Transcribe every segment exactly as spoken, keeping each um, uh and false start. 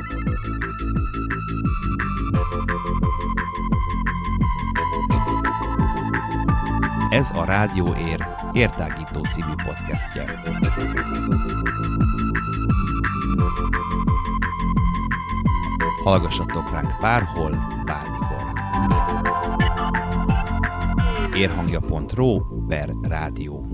Ez a Rádió Ér Értágító című podcastje. Hallgassatok ránk bárhol, bármikor. érhangja pont ro per rádió.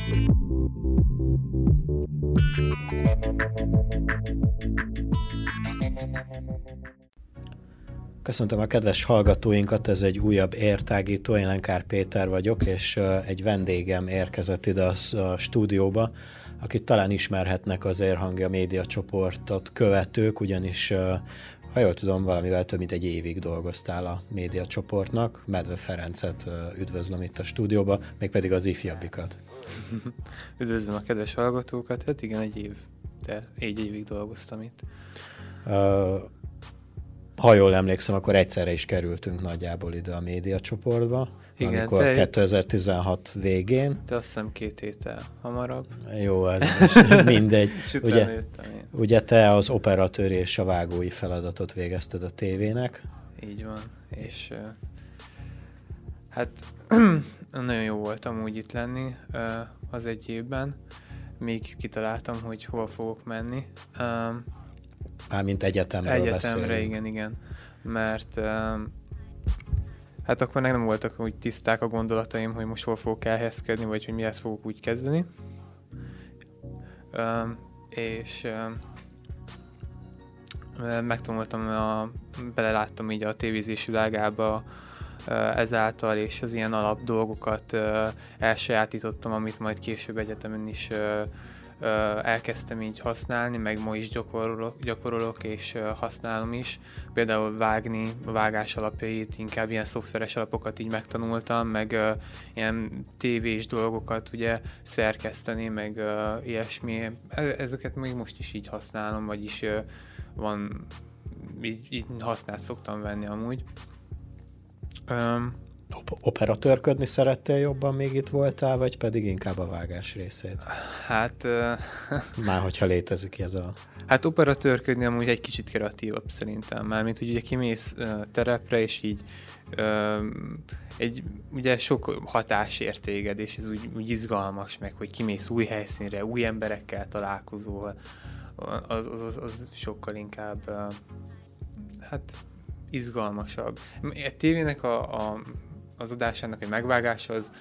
Köszöntöm a kedves hallgatóinkat, ez egy újabb értágító, én Lenkár Péter vagyok, és egy vendégem érkezett ide a stúdióba, akit talán ismerhetnek az Érhangja média csoportot követők, ugyanis, ha jól tudom, valamivel több mint egy évig dolgoztál a média csoportnak. Medve Ferencet üdvözlöm itt a stúdióba, mégpedig az ifjabbikat. Üdvözlöm a kedves hallgatókat, hát igen, egy év, de egy évig dolgoztam itt. Uh, Ha jól emlékszem, akkor egyszerre is kerültünk nagyjából ide a média csoportba, igen, amikor te kétezer-tizenhat végén. Te azt hiszem két héttel hamarabb. Jó, ez mindegy. ugye, ugye te az operatőr és a vágói feladatot végezted a tévének. Így van, és uh, hát nagyon jó volt amúgy itt lenni uh, az egy évben, még kitaláltam, hogy hova fogok menni. Um, Mármint egyetemről Egyetemre, beszélünk. igen, igen. Mert um, hát akkor meg nem voltak úgy tiszták a gondolataim, hogy most hol fogok elhelyezkedni, vagy hogy mihez fogok úgy kezdeni. Um, és um, megtanultam, a, beleláttam így a tévézés világába uh, ezáltal, és az ilyen alap dolgokat uh, elsajátítottam, amit majd később egyetemen is uh, elkezdtem így használni, meg ma is gyakorolok, gyakorolok és használom is. Például vágni, a vágás alapjait, inkább ilyen szoftveres alapokat így megtanultam, meg uh, ilyen tévés dolgokat ugye szerkeszteni, meg uh, ilyesmi. Ezeket még most is így használom, vagyis uh, van, így, így használt szoktam venni amúgy. Um, Operatőrködni szerettél jobban, még itt voltál, vagy pedig inkább a vágás részét? Hát... Uh, Már hogyha létezik ez a... Hát operatőrködni amúgy egy kicsit kreatívabb szerintem. Mármint, hogy ugye kimész uh, terepre, és így uh, egy, ugye sok hatás ér téged, és ez úgy, úgy izgalmas meg, hogy kimész új helyszínre, új emberekkel találkozol, az, az, az, az sokkal inkább uh, hát izgalmasabb. A tévének a, a az adásának egy megvágása az,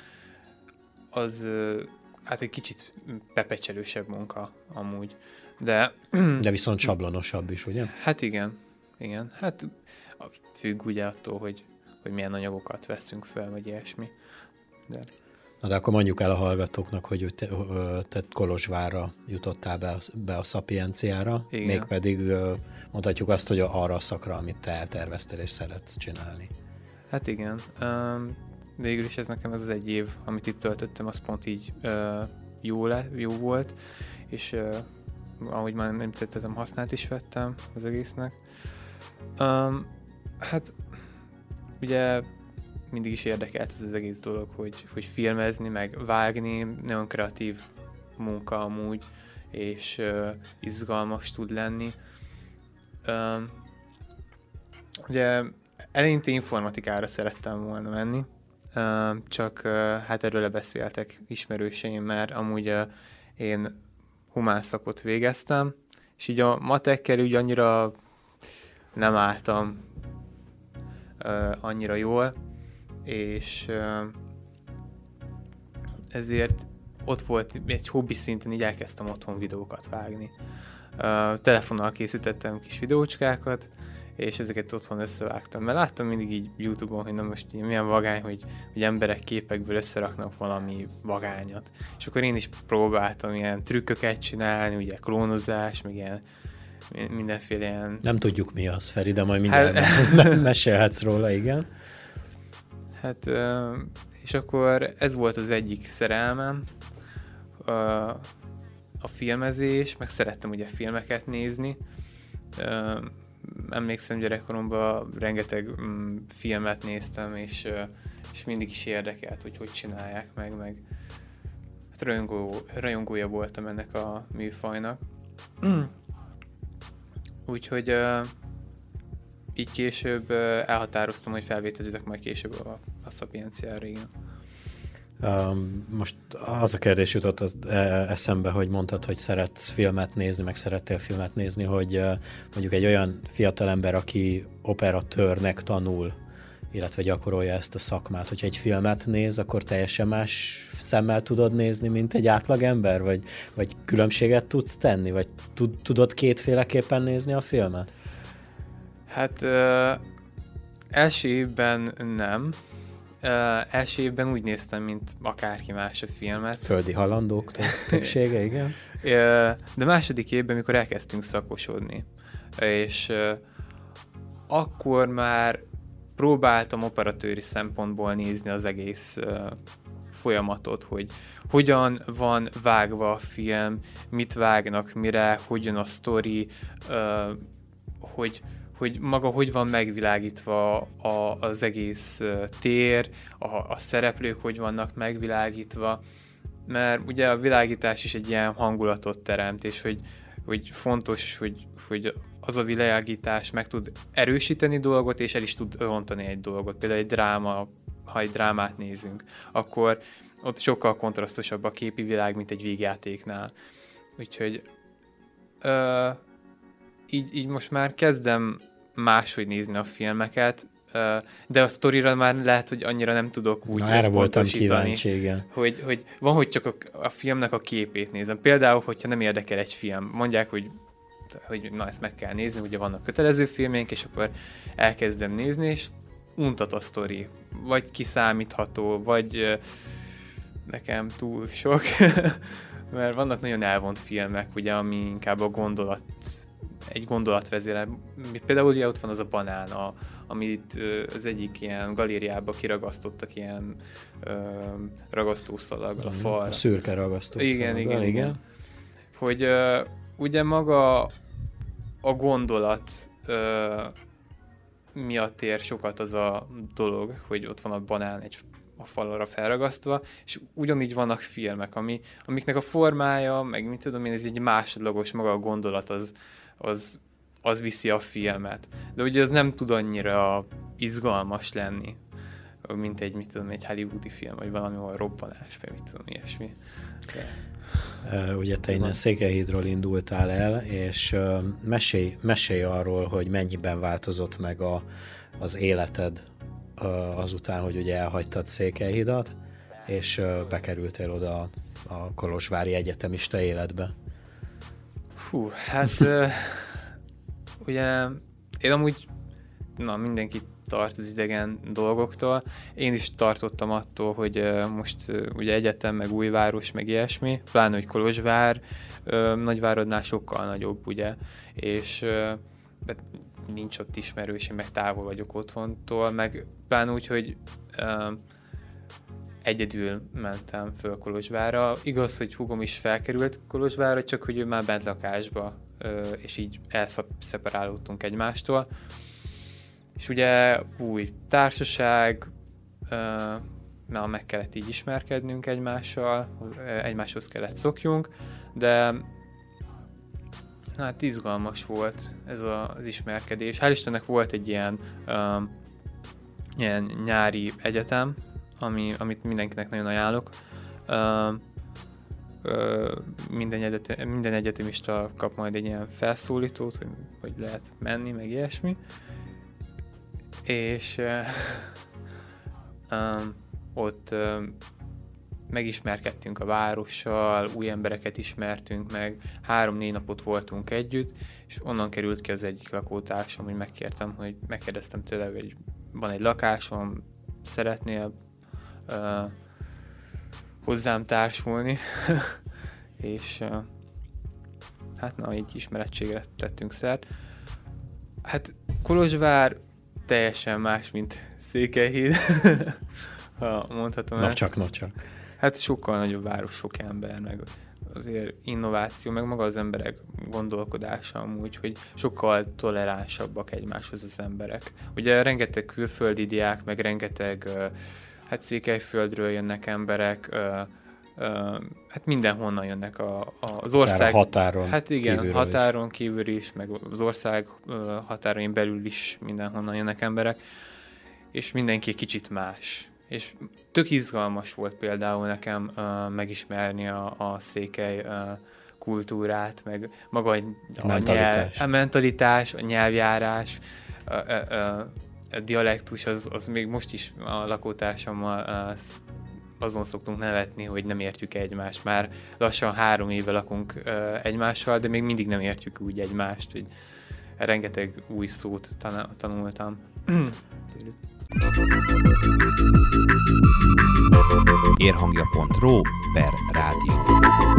az hát egy kicsit pepecselősebb munka amúgy, de... De viszont sablonosabb is, ugye? Hát igen, igen. Hát függ ugye attól, hogy, hogy milyen anyagokat veszünk fel, vagy ilyesmi. De... Na de akkor mondjuk el a hallgatóknak, hogy te, te Kolozsvárra jutottál be, be a Szapienciára, igen. Mégpedig mondhatjuk azt, hogy arra a szakra, amit te elterveztél és szeretsz csinálni. Hát igen. Um, végül is ez nekem ez az egy év, amit itt töltöttem, az pont így uh, jó, le, jó volt, és uh, ahogy már nem tettem, használt is vettem az egésznek. Um, hát ugye mindig is érdekelt ez az egész dolog, hogy, hogy filmezni, meg vágni, nagyon kreatív munka amúgy, és uh, izgalmas tud lenni. Um, ugye eleinte informatikára szerettem volna menni, csak hát erről beszéltek ismerőseim, mert amúgy én humán szakot végeztem, és így a matekkel úgy annyira nem álltam annyira jól, és ezért ott volt egy hobbi szinten, így elkezdtem otthon videókat vágni. Telefonnal készítettem kis videócskákat, és ezeket otthon összevágtam. Mert láttam mindig így YouTube-on, hogy na most így milyen vagány, hogy, hogy emberek képekből összeraknak valami vagányat. És akkor én is próbáltam ilyen trükköket csinálni, ugye klónozás, meg ilyen mindenféle ilyen... Nem tudjuk mi az, Feri, de majd mindjárt hát... mesélhetsz róla, igen. Hát, és akkor ez volt az egyik szerelmem, a filmezés, meg szerettem ugye filmeket nézni. Emlékszem, gyerekkoromban rengeteg mm, filmet néztem, és, és mindig is érdekelt, hogy hogy csinálják meg, meg hát rajongó, rajongója voltam ennek a műfajnak. úgyhogy uh, így később uh, elhatároztam, hogy felvételizzek majd később a, a Szapienciára, igen. Um, most az a kérdés jutott az, e, eszembe, hogy mondtad, hogy szeretsz filmet nézni, meg szerettél filmet nézni, hogy uh, mondjuk egy olyan fiatalember, aki operatőrnek tanul, illetve gyakorolja ezt a szakmát, hogyha egy filmet néz, akkor teljesen más szemmel tudod nézni, mint egy átlagember? Vagy, vagy különbséget tudsz tenni? Vagy tud, tudod kétféleképpen nézni a filmet? Hát uh, első évben nem. Uh, első évben úgy néztem, mint akárki más a filmet. Földi halandók többsége, igen. Uh, de második évben, mikor elkezdtünk szakosodni, és uh, akkor már próbáltam operatőri szempontból nézni az egész uh, folyamatot, hogy hogyan van vágva a film, mit vágnak mire, hogyan a sztori, uh, hogy, hogy maga hogy van megvilágítva a, az egész uh, tér, a, a szereplők hogy vannak megvilágítva, mert ugye a világítás is egy ilyen hangulatot teremt, és hogy, hogy fontos, hogy, hogy az a világítás meg tud erősíteni dolgot, és el is tud rontani egy dolgot. Például egy dráma, ha egy drámát nézünk, akkor ott sokkal kontrasztosabb a képi világ, mint egy vígjátéknál. Úgyhogy ö, így, így most már kezdem máshogy nézni a filmeket, ö, de a sztorira már lehet, hogy annyira nem tudok úgy Na, erre voltam kíváncsi, igen. Hogy, hogy van, hogy csak a, a filmnek a képét nézem. Például, hogyha nem érdekel egy film, mondják, hogy hogy na, ezt meg kell nézni, ugye vannak kötelező filmjeink, és akkor elkezdem nézni, és untat a sztori, vagy kiszámítható, vagy uh, nekem túl sok, mert vannak nagyon elvont filmek, ugye, ami inkább a gondolat, egy gondolat vezérel. Például ugye ott van az a banán, a, amit uh, az egyik ilyen galériába kiragasztottak ilyen uh, ragasztószalaggal a falra. A szürke ragasztószalaggal. Igen, igen, igen, igen. Hogy uh, ugye maga a gondolat uh, miatt ér sokat az a dolog, hogy ott van a banán egy a falra felragasztva, és ugyanígy vannak filmek, ami, amiknek a formája, meg mit tudom én, ez egy másodlagos, maga a gondolat, az, az, az viszi a filmet. De ugye az nem tud annyira izgalmas lenni, mint egy, mit tudom, egy hollywoodi film, vagy valami olyan robbanás, vagy mit tudom, ilyesmi. De... Uh, ugye te innen Székelyhídról indultál el, és uh, mesélj, mesélj arról, hogy mennyiben változott meg a, az életed uh, azután, hogy ugye elhagytad Székelyhidat, és uh, bekerültél oda a, a kolozsvári egyetemista életbe. Hú, hát uh, ugye én amúgy, na mindenki tart az idegen dolgoktól. Én is tartottam attól, hogy uh, most uh, ugye egyetem, meg újváros, meg ilyesmi, pláne, hogy Kolozsvár uh, Nagyváradnál sokkal nagyobb, ugye, és uh, nincs ott ismerőség, meg távol vagyok otthontól, meg pláne úgy, hogy uh, egyedül mentem föl Kolozsvárra. Igaz, hogy húgom is felkerült Kolozsvárra, csak hogy ő már bent lakásba, uh, és így elszeparálódtunk egymástól. És ugye új társaság, na, meg kellett így ismerkednünk egymással, egymáshoz kellett szokjunk, de hát izgalmas volt ez a, az ismerkedés. Hál' Istennek volt egy ilyen, um, ilyen nyári egyetem, ami, amit mindenkinek nagyon ajánlok. Um, uh, minden, egyetem, minden egyetemista kap majd egy ilyen felszólítót, hogy, hogy lehet menni, meg ilyesmi. És uh, um, ott um, megismerkedtünk a várossal, új embereket ismertünk meg, három-négy napot voltunk együtt, és onnan került ki az egyik lakótársam, hogy megkértem, hogy megkérdeztem tőle, hogy van egy lakásom, szeretnél uh, hozzám társulni, és uh, hát na, így ismerettségre tettünk szert. Hát Kolozsvár teljesen más, mint Székelyhíd, ha mondhatom Na el. csak, na csak. Hát sokkal nagyobb város, sok ember, meg azért innováció, meg maga az emberek gondolkodása amúgy, hogy sokkal toleránsabbak egymáshoz az emberek. Ugye rengeteg külföldi diák, meg rengeteg, hát Székelyföldről jönnek emberek, hát mindenhonnan jönnek a, az ország... határon Hát igen, kívülről határon is. kívül is, meg az ország határain belül is mindenhonnan jönnek emberek, és mindenki kicsit más. És tök izgalmas volt például nekem uh, megismerni a, a székely uh, kultúrát, meg maga a, a, mentalitás. Nyelv, a mentalitás, a nyelvjárás, a, a, a, a dialektus, az, az még most is a lakótársammal uh, azon szoktunk nevetni, hogy nem értjük egymást. Már lassan három éve lakunk uh, egymással, de még mindig nem értjük úgy egymást, hogy rengeteg új szót tan- tanultam. érhangja pont ro per rádió.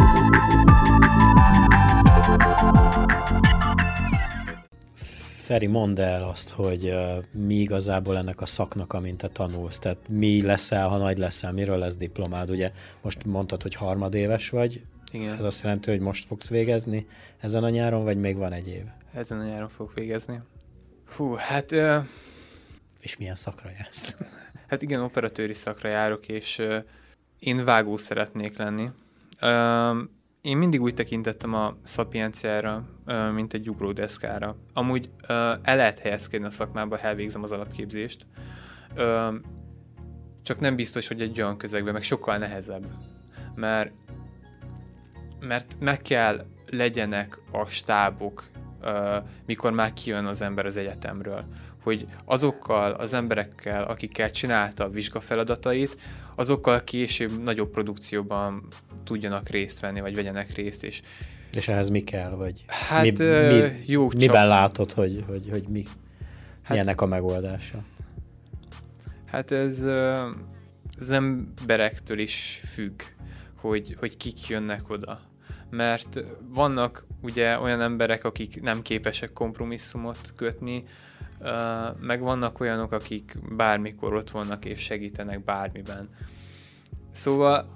Feri, mondd el azt, hogy uh, mi igazából ennek a szaknak, amint te tanulsz. Tehát mi leszel, ha nagy leszel, miről lesz diplomád? Ugye most mondtad, hogy harmadéves vagy. Igen. Ez azt jelenti, hogy most fogsz végezni ezen a nyáron, vagy még van egy év? Ezen a nyáron fogok végezni. Hú, hát... Uh... És milyen szakra jársz? Hát igen, operatőri szakra járok, és uh, én vágó szeretnék lenni. Uh, én mindig úgy tekintettem a szapienciára, uh, mint egy ugródeszkára. Amúgy uh, el lehet helyezkedni a szakmába, ha elvégzem az alapképzést. Uh, csak nem biztos, hogy egy olyan közegben, meg sokkal nehezebb. Mert, mert meg kell legyenek a stábok, uh, mikor már kijön az ember az egyetemről. Hogy azokkal az emberekkel, akikkel csinálta a vizsgafeladatait, azokkal később nagyobb produkcióban tudjanak részt venni, vagy vegyenek részt. És, és ehhez mi kell? Vagy hát mi, mi, jó miben csak... látod, hogy, hogy, hogy mi, hát, mi ennek a megoldása? Hát ez az emberektől is függ, hogy, hogy kik jönnek oda. Mert vannak ugye olyan emberek, akik nem képesek kompromisszumot kötni, Uh, meg vannak olyanok, akik bármikor ott vannak és segítenek bármiben. Szóval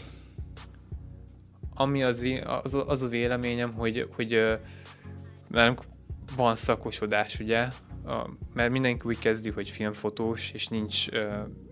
ami az, az, az a véleményem, hogy, hogy uh, van szakosodás, ugye, uh, mert mindenki úgy kezdi, hogy filmfotós, és nincs uh,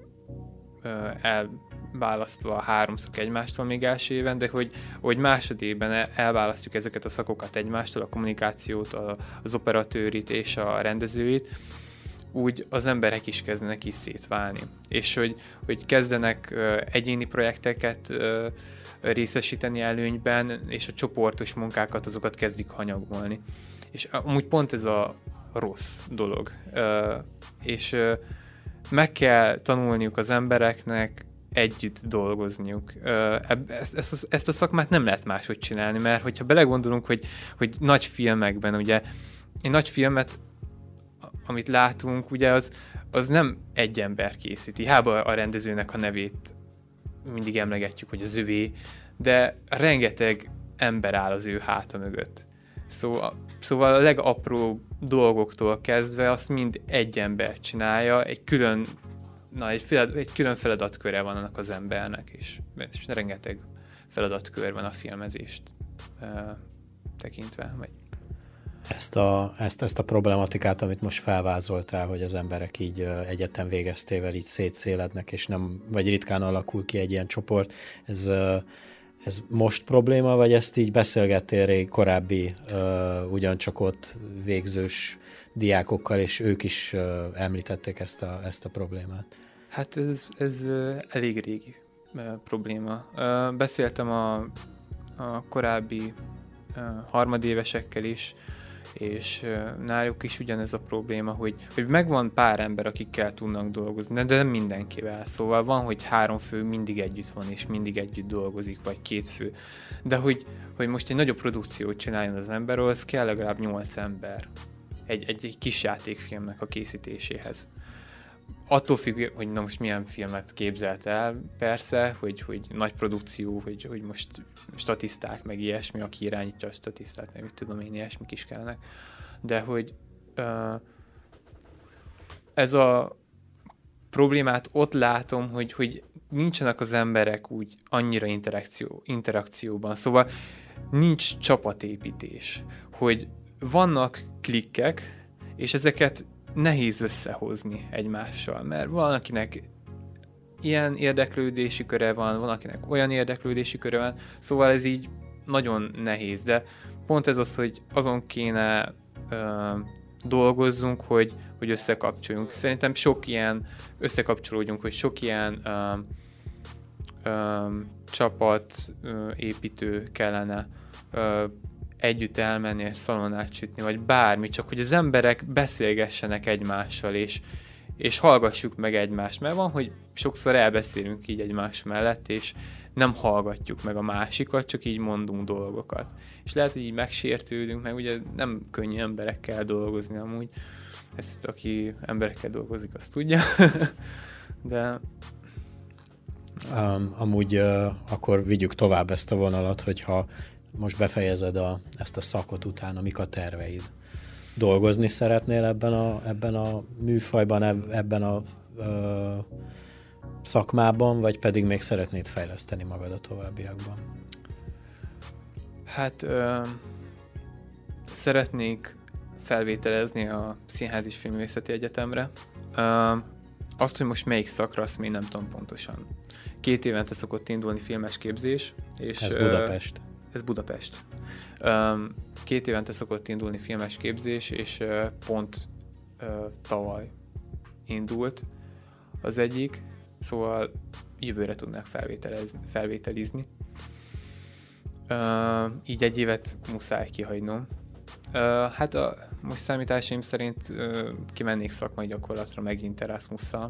uh, elválasztva a három szak egymástól még első éven, de hogy, hogy másodévben elválasztjuk ezeket a szakokat egymástól, a kommunikációt, a, az operatőrit és a rendezőit, úgy az emberek is kezdenek is szétválni. És hogy, hogy kezdenek uh, egyéni projekteket uh, részesíteni előnyben, és a csoportos munkákat azokat kezdik hanyagolni. És amúgy pont ez a rossz dolog. Uh, és uh, meg kell tanulniuk az embereknek együtt dolgozniuk. Ezt, ezt, ezt a szakmát nem lehet máshogy csinálni, mert hogyha belegondolunk, hogy, hogy nagy filmekben, ugye, egy nagy filmet, amit látunk, ugye az, az nem egy ember készíti. Hiába a rendezőnek a nevét mindig emlegetjük, hogy az övé, de rengeteg ember áll az ő háta mögött. Szóval, szóval a legapróbb dolgoktól kezdve azt mind egy ember csinálja, egy külön Na, egy, felad, egy külön feladatköre van annak az embernek, és, és rengeteg feladatkör van a filmezést uh, tekintve. Vagy. Ezt a, ezt, ezt a problematikát, amit most felvázoltál, hogy az emberek így uh, egyetem végeztével így szétszélednek, és nem, vagy ritkán alakul ki egy ilyen csoport, ez, uh, ez most probléma, vagy ezt így beszélgettél rég korábbi uh, ugyancsak ott végzős diákokkal, és ők is uh, említették ezt a, ezt a problémát? Hát ez, ez uh, elég régi uh, probléma. Uh, beszéltem a, a korábbi uh, harmadévesekkel is, és uh, náluk is ugyanez a probléma, hogy, hogy megvan pár ember, akikkel tudnak dolgozni, de nem mindenkivel. Szóval van, hogy három fő mindig együtt van, és mindig együtt dolgozik, vagy két fő. De hogy, hogy most egy nagyobb produkciót csináljon az ember, az kell legalább nyolc ember egy, egy, egy kis játékfilmnek a készítéséhez. Attól függ, hogy na most milyen filmet képzelt el, persze, hogy, hogy nagy produkció, hogy, hogy most statiszták, meg ilyesmi, aki irányítja a statisztát, meg mit tudom én, ilyesmik is kellene. De hogy uh, ez a problémát ott látom, hogy, hogy nincsenek az emberek úgy annyira interakció, interakcióban. Szóval nincs csapatépítés, hogy vannak klikkek, és ezeket nehéz összehozni egymással, mert valakinek ilyen érdeklődési köre van, van, akinek olyan érdeklődési köre van, szóval ez így nagyon nehéz, de pont ez az, hogy azon kéne ö, dolgozzunk, hogy, hogy összekapcsoljunk. Szerintem sok ilyen, összekapcsolódjunk, hogy sok ilyen ö, ö, csapat ö, építő kellene ö, együtt elmenni és szalonnát sütni, vagy bármi, csak hogy az emberek beszélgessenek egymással, és, és hallgassuk meg egymást, mert van, hogy sokszor elbeszélünk így egymás mellett, és nem hallgatjuk meg a másikat, csak így mondunk dolgokat. És lehet, hogy így megsértődünk, meg ugye nem könnyű emberekkel dolgozni amúgy. Ezt, aki emberekkel dolgozik, azt tudja. De... Um, amúgy uh, akkor vigyük tovább ezt a vonalat, hogyha most befejezed a, ezt a szakot utána, mik a terveid? Dolgozni szeretnél ebben a, ebben a műfajban, ebben a uh, szakmában, vagy pedig még szeretnéd fejleszteni magad a továbbiakban? Hát ö, szeretnék felvételezni a Színház és Filmművészeti Egyetemre. Ö, azt, hogy most melyik szakra, azt még nem tudom pontosan. Két évente szokott indulni filmes képzés. És, ez Budapest. Ö, ez Budapest. Ö, két évente szokott indulni filmes képzés, és ö, pont ö, tavaly indult az egyik, szóval jövőre tudnák felvételizni. felvételizni. Uh, így egy évet muszáj kihagynom. Uh, hát a most számításaim szerint uh, kimennék szakmai gyakorlatra megint Erasmusszal,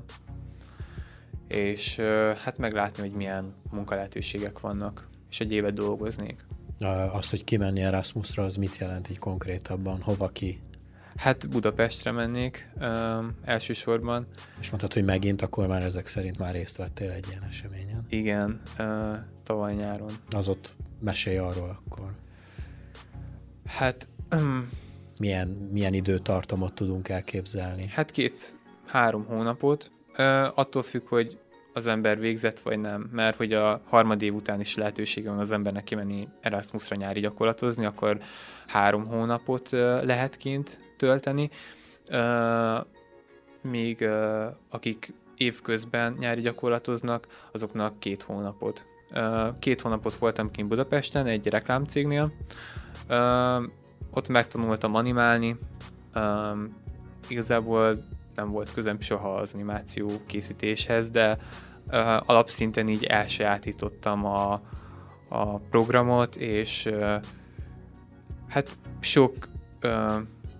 és uh, hát meglátni, hogy milyen munkalehetőségek vannak, és egy évet dolgoznék. Uh, azt, hogy kimenni Erasmusra, az mit jelent így konkrétabban? Hova ki? Hát Budapestre mennék uh, elsősorban. És mondtad, hogy megint, akkor már ezek szerint már részt vettél egy ilyen eseményen. Igen, uh, tavaly nyáron. Az ott mesélj arról akkor. Hát... Um, milyen, milyen időtartamot tudunk elképzelni? Hát két-három hónapot. Uh, attól függ, hogy az ember végzett vagy nem, mert hogy a harmadév után is lehetősége van az embernek kimenni Erasmusra nyári gyakorlatozni, akkor három hónapot uh, lehet kint tölteni. Uh, még uh, akik évközben nyári gyakorlatoznak, azoknak két hónapot. Uh, két hónapot voltam kint Budapesten, egy reklámcégnél. Uh, ott megtanultam animálni. Uh, igazából nem volt közöm soha az animáció készítéshez, de uh, alapszinten így elsajátítottam a, a programot, és uh, hát sok uh,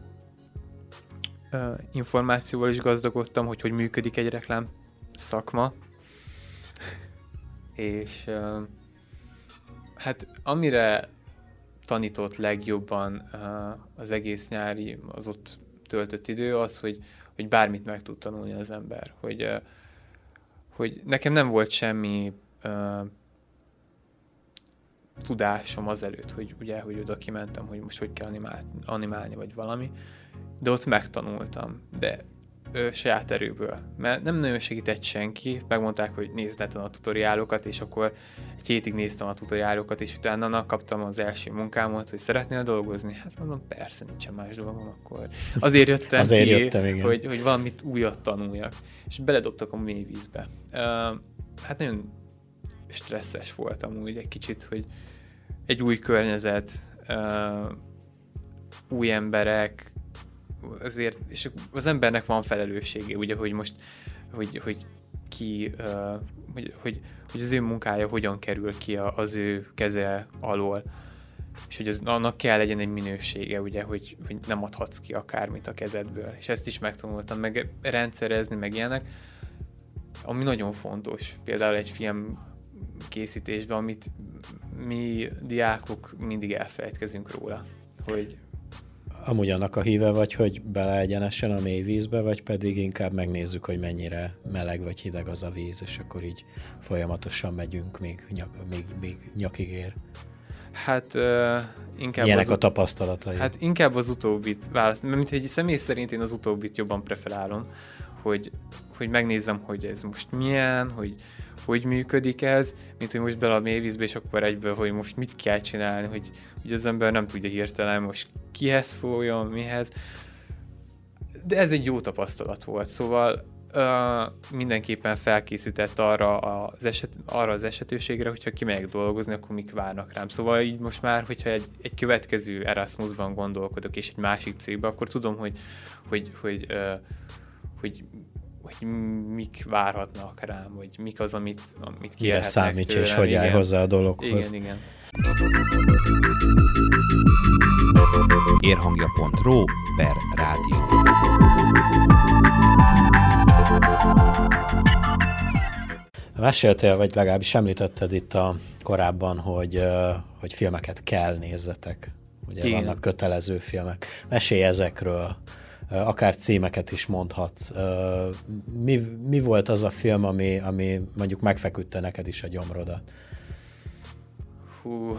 uh, információval is gazdagodtam, hogy hogy működik egy reklám szakma. És uh, hát amire tanított legjobban uh, az egész nyári, az ott töltött idő, az, hogy, hogy bármit meg tud tanulni az ember. Hogy, uh, hogy nekem nem volt semmi uh, tudásom azelőtt, hogy ugye, hogy oda kimentem, hogy most hogy kell animál, animálni, vagy valami, de ott megtanultam, de ö, saját erőből, mert nem nagyon segített senki, megmondták, hogy nézd neten a tutoriálokat, és akkor egy hétig néztem a tutoriálokat, és utána kaptam az első munkámat, hogy szeretnél dolgozni? Hát mondom, persze, nincsen más dolgom, akkor azért jöttem azért ki, jöttem, igen. hogy, hogy valamit újat tanuljak, és beledobtak a mély vízbe. Uh, hát nagyon stresszes voltam úgy egy kicsit, hogy egy új környezet, uh, új emberek, azért, és az embernek van felelőssége, ugye, hogy most, hogy, hogy ki, uh, hogy, hogy, hogy az ő munkája hogyan kerül ki az ő keze alól, és hogy az, annak kell legyen egy minősége, ugye, hogy, hogy nem adhatsz ki akármit a kezedből, és ezt is megtanultam, meg rendszerezni, meg ilyenek, ami nagyon fontos, például egy film készítésben, amit mi diákok mindig elfelejtkezünk róla, hogy amúgy annak a híve vagy, hogy beleegyenesen a mély vízbe, vagy pedig inkább megnézzük, hogy mennyire meleg vagy hideg az a víz, és akkor így folyamatosan megyünk, még, nyak, még, még nyakig ér. Hát uh, inkább Ilyenek az, a tapasztalatai. Hát inkább az utóbbit választom, mert mint egy személy szerint én az utóbbit jobban preferálom, hogy, hogy megnézem, hogy ez most milyen, hogy hogy működik ez, mint hogy most bele a mélyvízbe, és akkor egyből, hogy most mit kell csinálni, hogy, hogy az ember nem tudja hirtelen most kihez szóljon, mihez. De ez egy jó tapasztalat volt, szóval uh, mindenképpen felkészített arra az, eset, arra az esetőségre, hogyha kimegyek dolgozni, akkor mik várnak rám. Szóval így most már, hogyha egy, egy következő Erasmusban gondolkodok, és egy másik cégben, akkor tudom, hogy, hogy, hogy, uh, hogy, hogy mik várhatnak rám, vagy mik az, amit, amit kérhetnek számíts, tőlem. és hogy igen. állj hozzá a dologhoz. Igen, igen. érhangja.ro per rádió. Meséltél, vagy legalábbis említetted itt a korábban, hogy, hogy filmeket kell nézzetek. Ugye igen. Vannak kötelező filmek. Mesélj ezekről, akár címeket is mondhatsz. Mi, mi volt az a film, ami, ami mondjuk megfeküdte neked is a gyomrodat? Hú.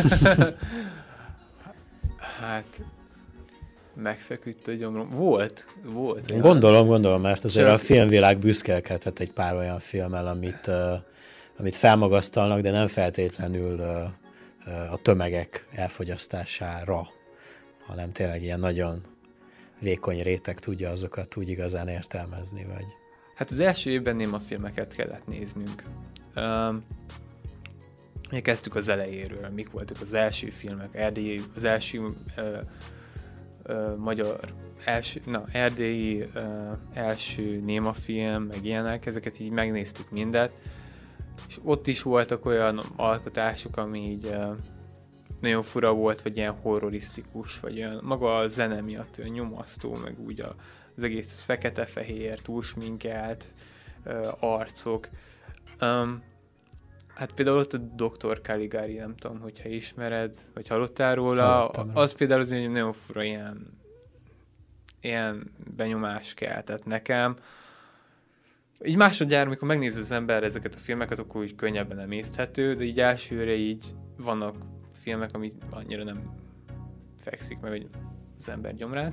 Hát megfeküdt a gyomrom. Volt, volt. Olyan. Gondolom, gondolom, mert azért Csak... a filmvilág büszkélkedhet egy pár olyan filmmel, amit, uh, amit felmagasztalnak, de nem feltétlenül uh, uh, a tömegek elfogyasztására, hanem tényleg ilyen nagyon vékony réteg tudja azokat úgy igazán értelmezni, vagy... Hát az első évben néma filmeket kellett néznünk. Um, kezdtük az elejéről, mik voltak az első filmek, erdélyi, az első uh, uh, magyar, első, na, erdélyi uh, első némafilm, meg ilyenek, ezeket így megnéztük mindet, és ott is voltak olyan alkotások, ami így uh, nagyon fura volt, vagy ilyen horrorisztikus, vagy olyan, maga a zene miatt olyan nyomasztó, meg úgy a, az egész fekete-fehér, túlsminkelt uh, arcok. Um, Hát például ott a doktor Caligari, nem tudom, hogyha ismered, vagy hallottál róla, az például az egy nagyon fura ilyen, ilyen benyomás keltett nekem. Így másodjára, amikor megnéz az ember ezeket a filmeket, akkor úgy könnyebben emészthető, de így elsőre így vannak filmek, ami annyira nem fekszik meg az ember gyomrán.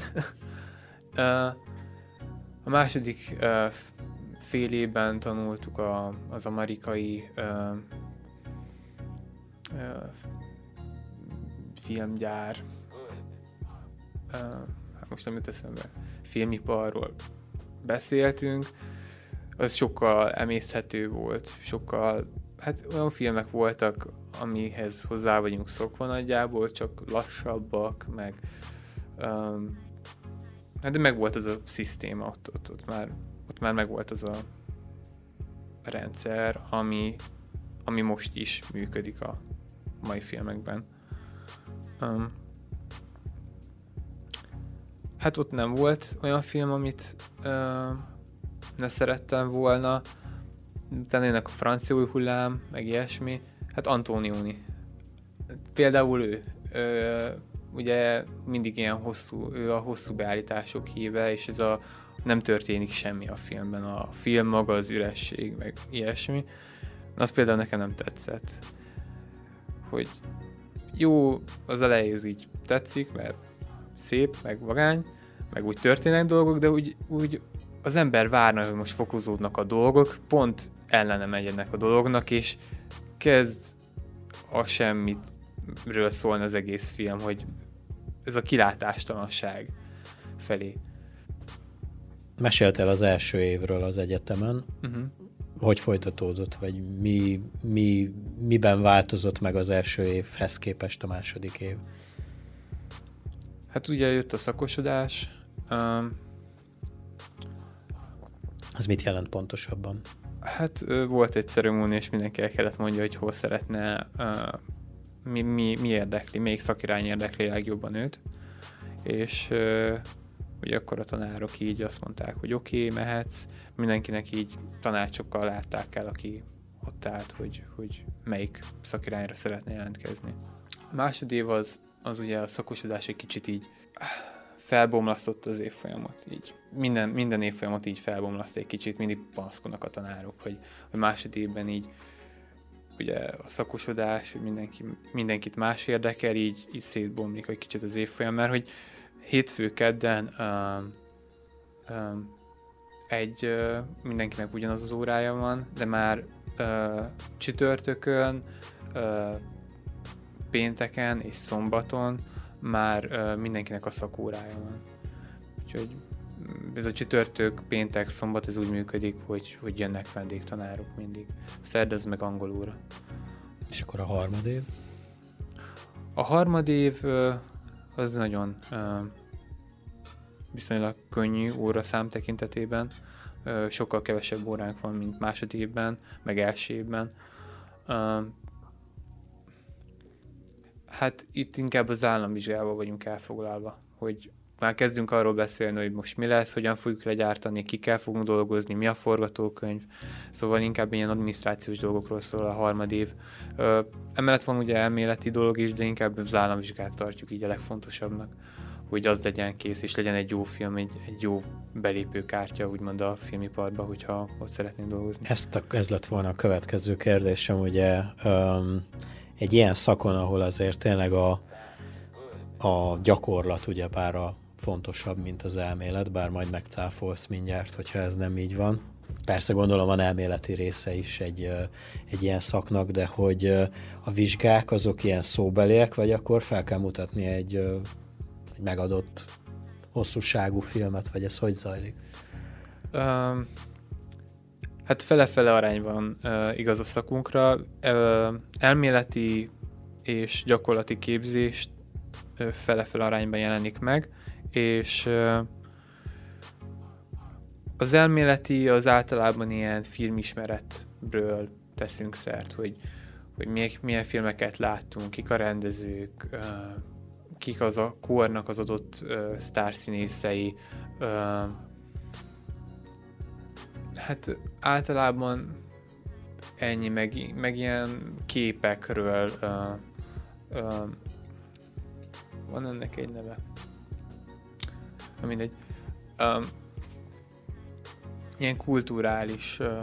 A második fél évben tanultuk a, az amerikai uh, uh, filmgyár, uh, hát most nem jut eszembe, filmiparról beszéltünk, az sokkal emészthető volt, sokkal, hát olyan filmek voltak, amihez hozzá vagyunk szokva nagyjából, csak lassabbak, meg um, hát de meg volt az a szisztéma, ott, ott, ott már ott már megvolt az a rendszer, ami, ami most is működik a mai filmekben. Um, hát ott nem volt olyan film, amit uh, ne szerettem volna. Utána jönnek a francia új hullám, meg ilyesmi. Hát Antonioni. Például ő. Uh, ugye mindig ilyen hosszú, ő a hosszú beállítások híve, és ez a nem történik semmi a filmben. A film maga az üresség, meg ilyesmi. Az például nekem nem tetszett. Hogy jó, az elején így tetszik, mert szép, meg vagány, meg úgy történnek dolgok, de úgy, úgy az ember várna, hogy most fokozódnak a dolgok, pont ellene megy ennek a dolognak, és kezd a semmitről szólni az egész film, hogy ez a kilátástalanság felé. Meséltél az első évről az egyetemen. Uh-huh. Hogy folytatódott, vagy mi, mi, miben változott meg az első évhez képest a második év? Hát ugye jött a szakosodás. Um, az mit jelent pontosabban? Hát volt egy ceremónia, és mindenki el kellett mondja, hogy hol szeretne, uh, mi, mi, mi érdekli, melyik szakirány érdekli legjobban őt. És uh, ugye akkor a tanárok így azt mondták, hogy oké, okay, mehetsz. Mindenkinek így tanácsokkal látták el, aki ott állt, hogy, hogy melyik szakirányra szeretne jelentkezni. A másodév az, az ugye a szakosodás egy kicsit így felbomlasztott az évfolyamot. Így minden, minden évfolyamot így felbomlaszt egy kicsit, mindig panaszkodnak a tanárok, hogy, hogy másodévben így ugye a szakosodás, hogy mindenki, mindenkit más érdekel, így, így szétbomlik egy kicsit az évfolyam, mert hogy hétfő kedden um, um, egy uh, mindenkinek ugyanaz az órája van, de már uh, csütörtökön, uh, pénteken és szombaton már uh, mindenkinek a szakórája van. Úgyhogy ez a csütörtök, péntek, szombat, ez úgy működik, hogy, hogy jönnek vendégtanárok mindig. Szerda ez meg angolóra. És akkor a harmadév? A harmadév az nagyon viszonylag könnyű óraszám tekintetében. Sokkal kevesebb óránk van, mint másodévben, meg első évben. Hát itt inkább az államvizsgával vagyunk elfoglalva, hogy már kezdünk arról beszélni, hogy most mi lesz, hogyan fogjuk legyártani, kikkel fogunk dolgozni, mi a forgatókönyv, szóval inkább ilyen adminisztrációs dolgokról szól a harmadév. Emellett van ugye elméleti dolog is, de inkább az államvizsgát tartjuk így a legfontosabbnak, hogy az legyen kész, és legyen egy jó film, egy, egy jó belépőkártya, úgymond a filmiparba, hogyha ott szeretnénk dolgozni. Ezt a, ez lett volna a következő kérdésem, ugye um, egy ilyen szakon, ahol azért tényleg a, a gyakorlat ugyebár a fontosabb, mint az elmélet, bár majd megcáfolsz mindjárt, hogyha ez nem így van. Persze gondolom van elméleti része is egy, egy ilyen szaknak, de hogy a vizsgák azok ilyen szóbeliek, vagy akkor fel kell mutatni egy, egy megadott hosszúságú filmet, vagy ez hogy zajlik? Um, hát fele-fele arányban uh, igaz a szakunkra. Uh, elméleti és gyakorlati képzést uh, fele-fele arányban jelenik meg, és uh, az elméleti az általában ilyen filmismeretről teszünk szert, hogy, hogy milyen, milyen filmeket láttunk, kik a rendezők, uh, kik az a kornak az adott uh, sztárszínészei. Uh, hát általában ennyi, meg, meg ilyen képekről uh, uh, van ennek egy neve. Na mindegy. Um, ilyen kulturális uh,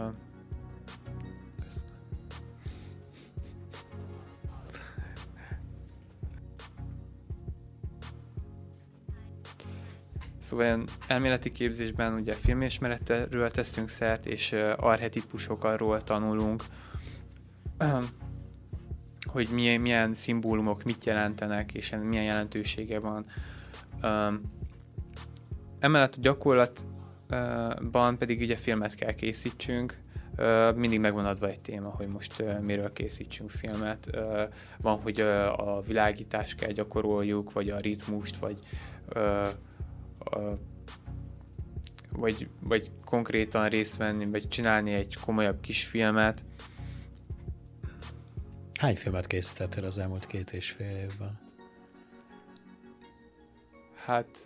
Szóval ilyen elméleti képzésben ugye filmismeretről teszünk szert, és uh, archetipusokról tanulunk, uh, hogy milyen, milyen szimbólumok mit jelentenek, és milyen jelentősége van. Um, emellett a gyakorlatban pedig ugye filmet kell készítsünk, uh, mindig megvan adva egy téma, hogy most uh, miről készítsünk filmet. Uh, van, hogy uh, a világítást kell gyakoroljuk, vagy a ritmust, vagy uh, uh, vagy, vagy konkrétan részt venni, vagy csinálni egy komolyabb kisfilmet. Hány filmet készítettél az elmúlt két és fél évben? Hát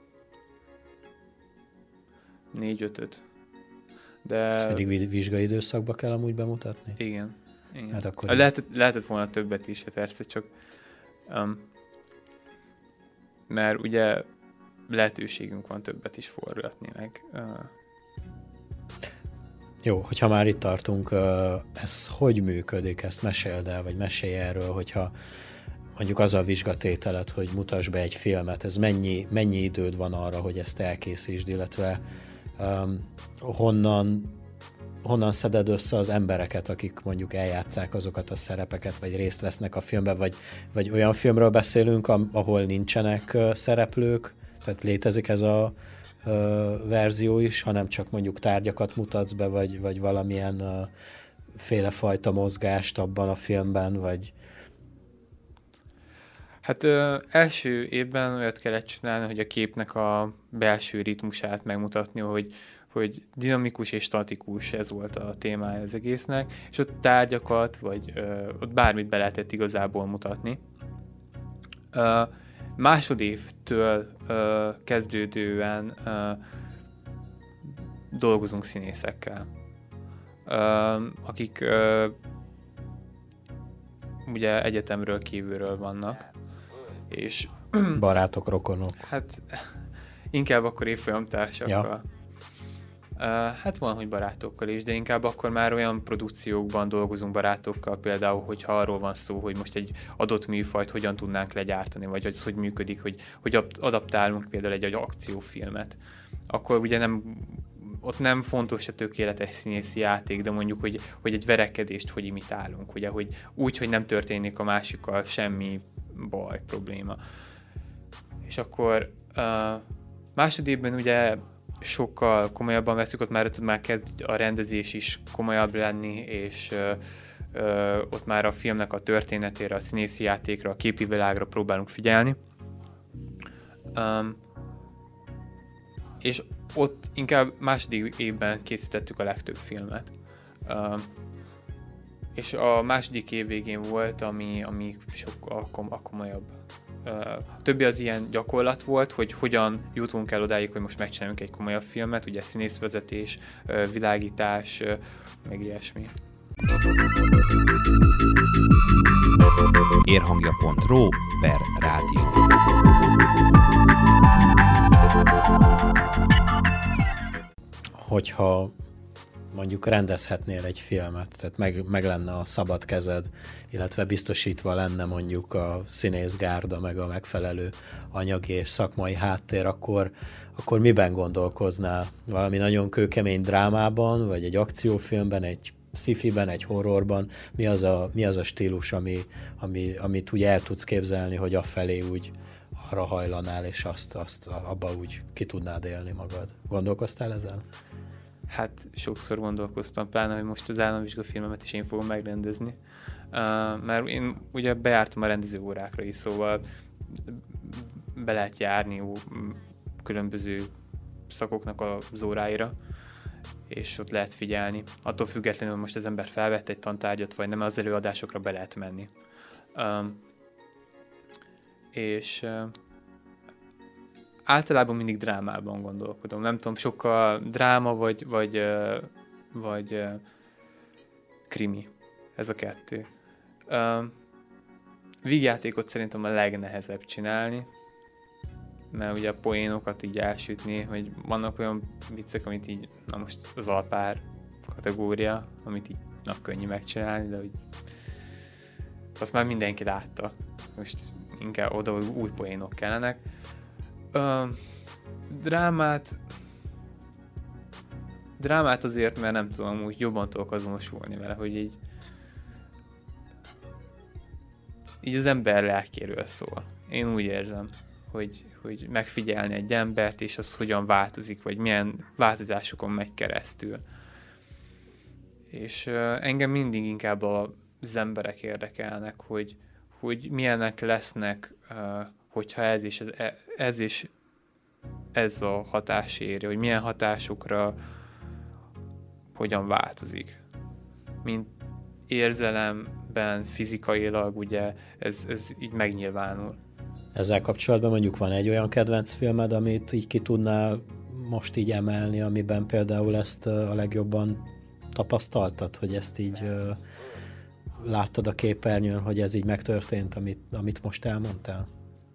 négy-ötöt. De... Ezt mindig vizsgai időszakba kell amúgy bemutatni? Igen. igen. Hát akkor lehetett, lehetett volna többet is, persze, csak um, mert ugye lehetőségünk van többet is forgatni meg. Uh, Jó, hogyha már itt tartunk, ez hogy működik? Ezt meséld el, vagy mesélj erről, hogyha mondjuk az a vizsgatételet, hogy mutass be egy filmet, ez mennyi, mennyi időd van arra, hogy ezt elkészítsd, illetve um, honnan, honnan szeded össze az embereket, akik mondjuk eljátsszák azokat a szerepeket, vagy részt vesznek a filmben, vagy, vagy olyan filmről beszélünk, ahol nincsenek szereplők, tehát létezik ez a verzió is, hanem csak mondjuk tárgyakat mutatsz be, vagy, vagy valamilyen uh, félefajta mozgást abban a filmben, vagy... Hát ö, első évben olyat kellett csinálni, hogy a képnek a belső ritmusát megmutatni, hogy, hogy dinamikus és statikus, ez volt a témája az egésznek, és ott tárgyakat, vagy ö, ott bármit be lehetett igazából mutatni. Ö, Másodévtől ö, kezdődően ö, dolgozunk színészekkel, ö, akik ö, ugye egyetemről kívülről vannak, és barátok, rokonok. Hát inkább akkor évfolyamtársakkal. Ja. Uh, hát van, hogy barátokkal is, de inkább akkor már olyan produkciókban dolgozunk barátokkal, például, hogyha arról van szó, hogy most egy adott műfajt hogyan tudnánk legyártani, vagy az hogy működik, hogy, hogy adaptálunk például egy, egy akciófilmet. Akkor ugye nem, ott nem fontos a tökéletes színészi játék, de mondjuk, hogy, hogy egy verekedést hogy imitálunk, ugye, hogy úgy, hogy nem történik a másikkal semmi baj, probléma. És akkor uh, másodévben ugye sokkal komolyabban veszük, ott már, ott már kezd a rendezés is komolyabb lenni, és ö, ö, ott már a filmnek a történetére, a színészi játékra, a képi világra próbálunk figyelni. Um, és ott inkább második évben készítettük a legtöbb filmet. Um, és a második év végén volt, ami, ami sokkal kom- komolyabb. A többi az ilyen gyakorlat volt, hogy hogyan jutunk el odáig, hogy most megcsináljunk egy komolyabb filmet, ugye színészvezetés, világítás, meg ilyesmi. érhangja pont ro per rádió. Hogyha mondjuk rendezhetnél egy filmet, tehát meg, meg lenne a szabad kezed, illetve biztosítva lenne mondjuk a színészgárda, meg a megfelelő anyagi és szakmai háttér, akkor, akkor miben gondolkoznál? Valami nagyon kőkemény drámában, vagy egy akciófilmben, egy sci-fiben, egy horrorban? Mi az a, mi az a stílus, ami, ami, amit úgy el tudsz képzelni, hogy afelé úgy arra hajlanál, és azt, azt abba úgy ki tudnád élni magad? Gondolkoztál ezzel? Hát sokszor gondolkoztam, pláne, hogy most az államvizsgafilmemet is én fogom megrendezni. Uh, mert én ugye bejártam a rendezőórákra is, szóval be lehet járni különböző szakoknak az óráira, és ott lehet figyelni. Attól függetlenül most az ember felvett egy tantárgyat, vagy nem, az előadásokra be lehet menni. Um, és uh, általában mindig drámában gondolkodom. Nem tudom, sokkal dráma, vagy, vagy, uh, vagy uh, krimi. Ez a kettő. Uh, vígjátékot szerintem a legnehezebb csinálni, mert ugye a poénokat így elsütni, hogy vannak olyan viccek, amit így, na most az alpár kategória, amit így na, könnyű megcsinálni, de hogy azt már mindenki látta. Most inkább oda, hogy új poénok kellenek. Uh, drámát drámát azért, mert nem tudom, úgy jobban tudok azonosulni vele, hogy így így az ember lelkéről szól. Én úgy érzem, hogy, hogy megfigyelni egy embert, és az hogyan változik, vagy milyen változásokon megy keresztül. És uh, engem mindig inkább az emberek érdekelnek, hogy, hogy milyenek lesznek, uh, hogyha ez és ez, ez és ez a hatás éri, hogy milyen hatásokra hogyan változik. Mint érzelemben, fizikailag, ugye ez, ez így megnyilvánul. Ezzel kapcsolatban mondjuk van egy olyan kedvenc filmed, amit így ki tudnál most így emelni, amiben például ezt a legjobban tapasztaltad, hogy ezt így uh, láttad a képernyőn, hogy ez így megtörtént, amit, amit most elmondtál?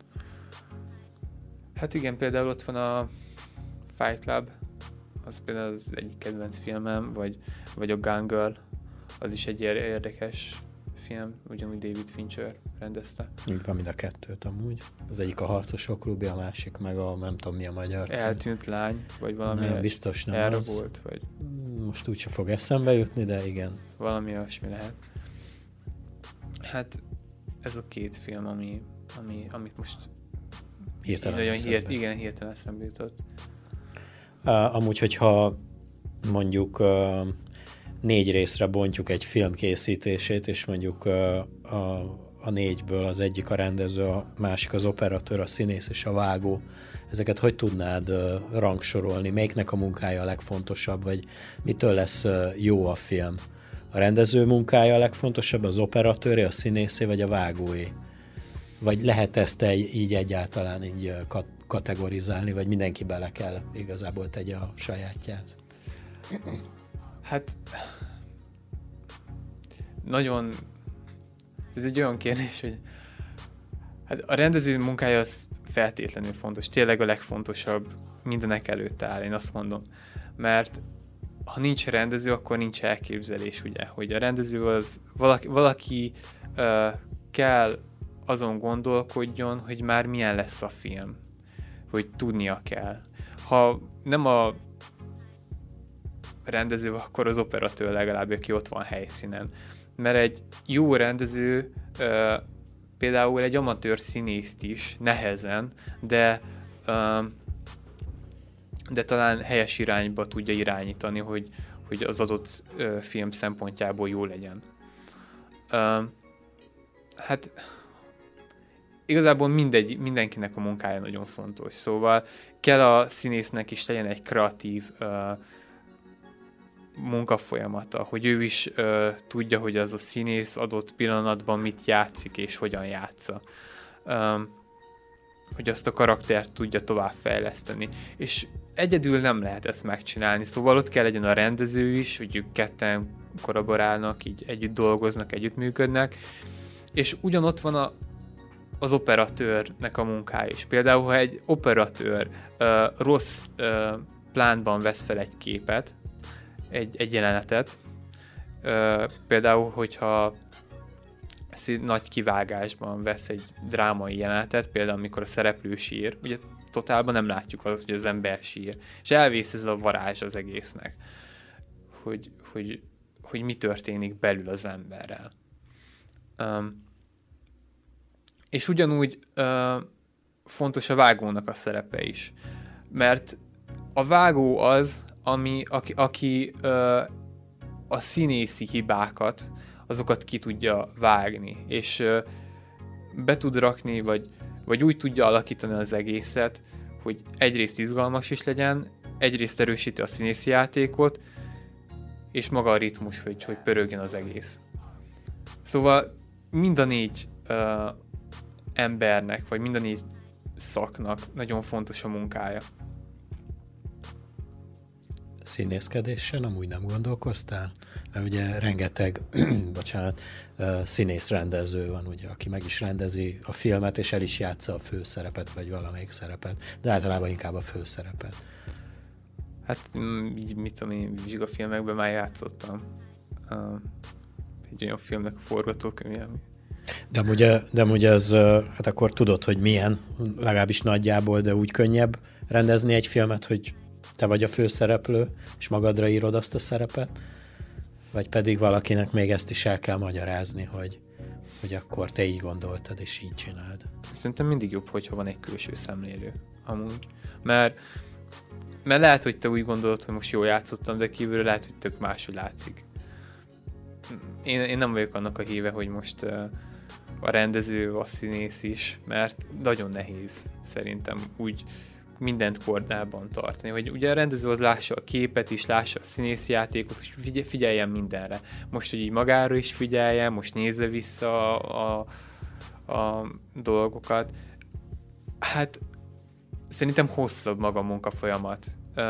Hát igen, például ott van a Fight Club, az például az egyik kedvenc filmem, vagy, vagy a Gone Girl, az is egy érdekes film, ugyanúgy David Fincher rendezte. Így van, mind a kettőt amúgy. Az egyik a Harcosok klubja, a másik meg a nem tudom mi a magyar cím. Eltűnt lány, vagy valami nem, biztos nem erre az. volt, vagy... Most úgyse fog eszembe jutni, de igen. Valami olyasmi lehet. Hát ez a két film, ami, ami, amit most hirtelen nagyon eszembe. hírt, igen, hirtelen eszembe jutott. Uh, amúgy, hogyha mondjuk uh, négy részre bontjuk egy film készítését, és mondjuk uh, a, a négyből az egyik a rendező, a másik az operatőr, a színész és a vágó, ezeket hogy tudnád uh, rangsorolni? Melyiknek a munkája a legfontosabb, vagy mitől lesz uh, jó a film? A rendező munkája a legfontosabb, az operatőré, a színészé, vagy a vágóé? Vagy lehet ezt egy, így egyáltalán így uh, kat- kategorizálni, vagy mindenki bele kell igazából tegye a sajátját? Hát nagyon ez egy olyan kérdés, hogy hát a rendező munkája az feltétlenül fontos, tényleg a legfontosabb mindenek előtt áll, én azt mondom. Mert ha nincs rendező, akkor nincs elképzelés, ugye, hogy a rendező az valaki, valaki uh, kell azon gondolkodjon, hogy már milyen lesz a film, hogy tudnia kell. Ha nem a rendező, akkor az operatőr legalább, aki ott van helyszínen. Mert egy jó rendező uh, például egy amatőr színészt is nehezen, de uh, de talán helyes irányba tudja irányítani, hogy, hogy az adott ö, film szempontjából jó legyen. Ö, hát igazából mindegy, mindenkinek a munkája nagyon fontos, szóval kell a színésznek is legyen egy kreatív ö, munkafolyamata, hogy ő is ö, tudja, hogy az a színész adott pillanatban mit játszik és hogyan játsza. Ö, hogy azt a karaktert tudja továbbfejleszteni. És egyedül nem lehet ezt megcsinálni, szóval ott kell legyen a rendező is, hogy ők ketten kollaborálnak, így együtt dolgoznak, együttműködnek, és ugyanott van a, az operatőrnek a munkája is. Például, ha egy operatőr uh, rossz uh, plánban vesz fel egy képet, egy, egy jelenetet, uh, például, hogyha nagy kivágásban vesz egy drámai jelenetet, például amikor a szereplő sír, ugye totálban nem látjuk az, hogy az ember sír, és elvész ez a varázs az egésznek, hogy, hogy, hogy mi történik belül az emberrel. Um, és ugyanúgy uh, fontos a vágónak a szerepe is, mert a vágó az, ami, aki, aki uh, a színészi hibákat, azokat ki tudja vágni, és uh, be tud rakni, vagy, vagy úgy tudja alakítani az egészet, hogy egyrészt izgalmas is legyen, egyrészt erősíti a színészi játékot, és maga a ritmus, hogy, hogy pörögjön az egész. Szóval mind a négy uh, embernek, vagy mind a négy szaknak nagyon fontos a munkája. Színészkedésen amúgy nem gondolkoztál? Mert ugye rengeteg, bocsánat, uh, színész-rendező van, ugye, aki meg is rendezi a filmet, és el is játsza a főszerepet, vagy valamelyik szerepet, de általában inkább a főszerepet. Hát így, mit tudom én, vizsgafilmekben már játszottam. Uh, egy olyan filmnek a forgatókönyve. De amúgy, de amúgy az, hát akkor tudod, hogy milyen, legalábbis nagyjából, de úgy könnyebb rendezni egy filmet, hogy te vagy a főszereplő, és magadra írod azt a szerepet, vagy pedig valakinek még ezt is el kell magyarázni, hogy, hogy akkor te így gondoltad, és így csináld. Szerintem mindig jobb, hogyha van egy külső szemlélő, amúgy. Mert, mert lehet, hogy te úgy gondolod, hogy most jól játszottam, de kívülről lehet, hogy tök máshogy látszik. Én, én nem vagyok annak a híve, hogy most uh, a rendező, a színész is, mert nagyon nehéz szerintem úgy mindent kordában tartani. Hogy ugye a rendező az lássa a képet is, lássa a színészi játékot, és figyel, figyeljen mindenre. Most, hogy így magára is figyeljen, most nézze vissza a, a, a dolgokat. Hát szerintem hosszabb maga a munkafolyamat.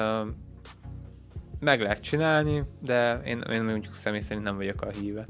Meg lehet csinálni, de én, én mondjuk személy szerint nem vagyok a híve.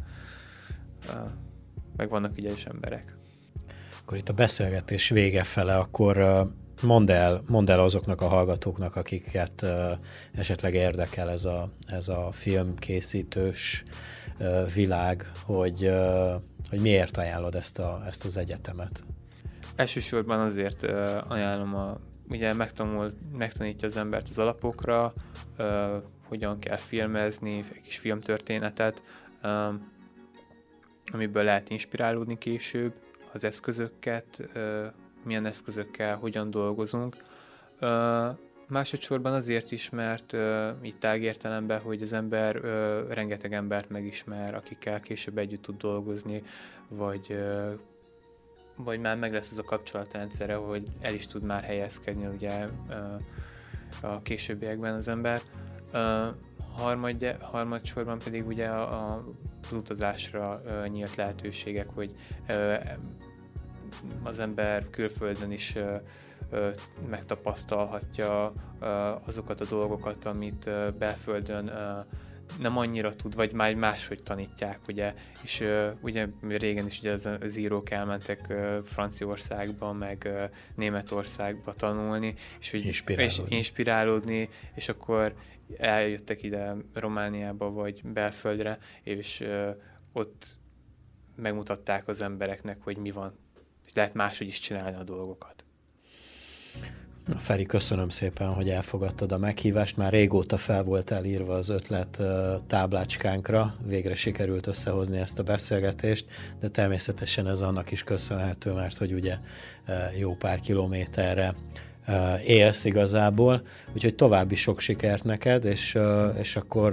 Meg vannak ügyes emberek. Akkor itt a beszélgetés vége fele, akkor mondd el, mondd el azoknak a hallgatóknak, akiket uh, esetleg érdekel ez a, ez a filmkészítős uh, világ, hogy, uh, hogy miért ajánlod ezt, a, ezt az egyetemet? Elsősorban azért uh, ajánlom, a, ugye megtanul, megtanítja az embert az alapokra, uh, hogyan kell filmezni, egy kis filmtörténetet, uh, amiből lehet inspirálódni később, az eszközöket, uh, milyen eszközökkel, hogyan dolgozunk. Uh, másodszorban azért is, mert uh, így tágértelemben, hogy az ember uh, rengeteg embert megismer, akikkel később együtt tud dolgozni, vagy, uh, vagy már meg lesz az a kapcsolatrendszere, hogy el is tud már helyezkedni ugye, uh, a későbbiekben az ember. Uh, harmadja, harmadsorban pedig ugye a, a, az utazásra uh, nyílt lehetőségek, hogy uh, az ember külföldön is ö, ö, megtapasztalhatja ö, azokat a dolgokat, amit ö, belföldön ö, nem annyira tud, vagy már máshogy tanítják, ugye, és ö, ugye régen is ugye az, az írók elmentek ö, Franciaországba, meg ö, Németországba tanulni, és, hogy, inspirálódni. és inspirálódni, és akkor eljöttek ide Romániába, vagy belföldre, és ö, ott megmutatták az embereknek, hogy mi van, és lehet máshogy is csinálni a dolgokat. Na, Feri, köszönöm szépen, hogy elfogadtad a meghívást. Már régóta fel volt elírva az ötlet táblácskánkra. Végre sikerült összehozni ezt a beszélgetést, de természetesen ez annak is köszönhető, mert hogy ugye jó pár kilométerre élsz igazából, úgyhogy további sok sikert neked, és, és akkor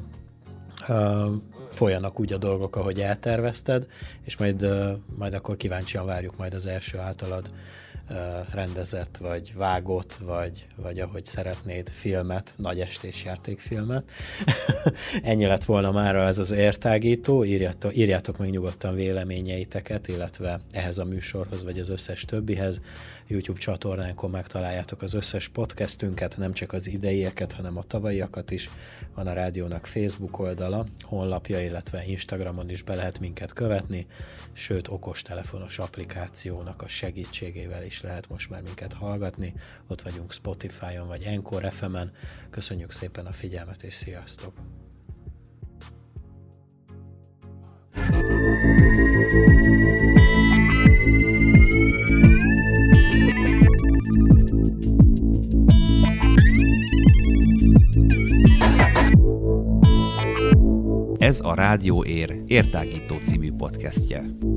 folyanak úgy a dolgok, ahogy eltervezted, és majd, majd akkor kíváncsian várjuk majd az első általad rendezett, vagy vágott, vagy, vagy ahogy szeretnéd filmet, nagy estés játékfilmet. Ennyi lett volna mára ez az értágító, írjátok, írjátok meg nyugodtan véleményeiteket, illetve ehhez a műsorhoz, vagy az összes többihez. YouTube csatornánkon megtaláljátok az összes podcastünket, nem csak az ideieket, hanem a tavalyiakat is. Van a rádiónak Facebook oldala, honlapja, illetve Instagramon is be lehet minket követni, sőt okostelefonos applikációnak a segítségével is lehet most már minket hallgatni. Ott vagyunk Spotify-on vagy Anchor ef em-en. Köszönjük szépen a figyelmet, és sziasztok! Ez a Rádió Ér értágító című podcastje.